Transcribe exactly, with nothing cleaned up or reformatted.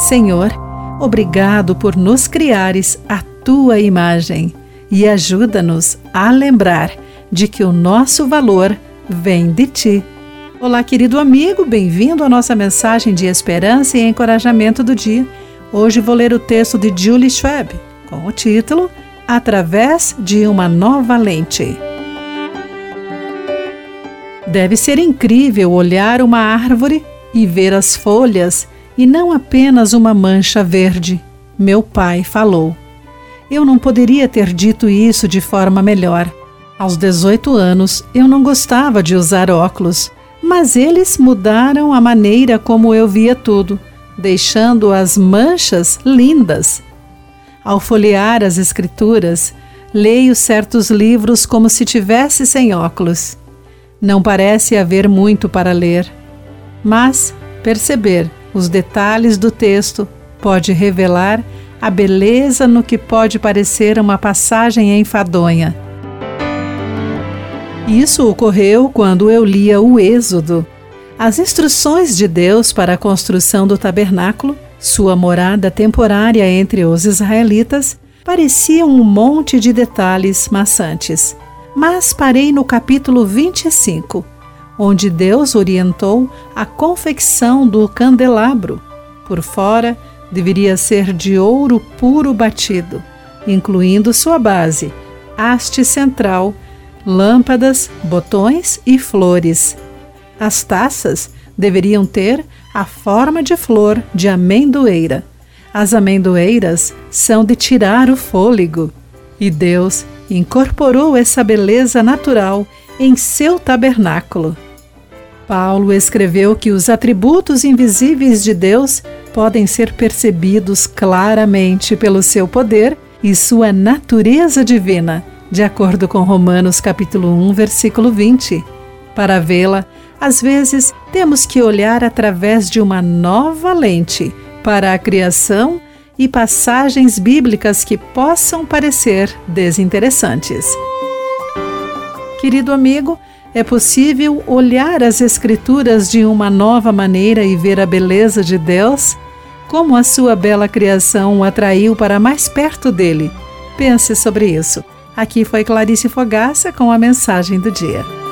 Senhor, obrigado por nos criares à tua imagem e ajuda-nos a lembrar de que o nosso valor vem de ti. Olá, querido amigo, bem-vindo à nossa mensagem de esperança e encorajamento do dia. Hoje vou ler o texto de Julie Schwab, com o título Através de uma Nova Lente. Deve ser incrível olhar uma árvore e ver as folhas e não apenas uma mancha verde. Meu pai falou. Eu não poderia ter dito isso de forma melhor. Aos dezoito anos, eu não gostava de usar óculos, mas eles mudaram a maneira como eu via tudo, deixando as manchas lindas. Ao folhear as escrituras, leio certos livros como se tivesse sem óculos. Não parece haver muito para ler, mas perceber os detalhes do texto pode revelar a beleza no que pode parecer uma passagem enfadonha. Isso ocorreu quando eu lia o Êxodo. As instruções de Deus para a construção do tabernáculo, sua morada temporária entre os israelitas, pareciam um monte de detalhes maçantes. Mas parei no capítulo vinte e cinco, onde Deus orientou a confecção do candelabro. Por fora, deveria ser de ouro puro batido, incluindo sua base, haste central, lâmpadas, botões e flores. As taças deveriam ter a forma de flor de amendoeira. As amendoeiras são de tirar o fôlego. E Deus incorporou essa beleza natural em seu tabernáculo. Paulo escreveu que os atributos invisíveis de Deus podem ser percebidos claramente pelo seu poder e sua natureza divina, de acordo com Romanos capítulo um, versículo vinte. Para vê-la, às vezes temos que olhar através de uma nova lente para a criação e passagens bíblicas que possam parecer desinteressantes. Querido amigo, é possível olhar as Escrituras de uma nova maneira e ver a beleza de Deus? Como a sua bela criação o atraiu para mais perto dele? Pense sobre isso. Aqui foi Clarice Fogaça com a mensagem do dia.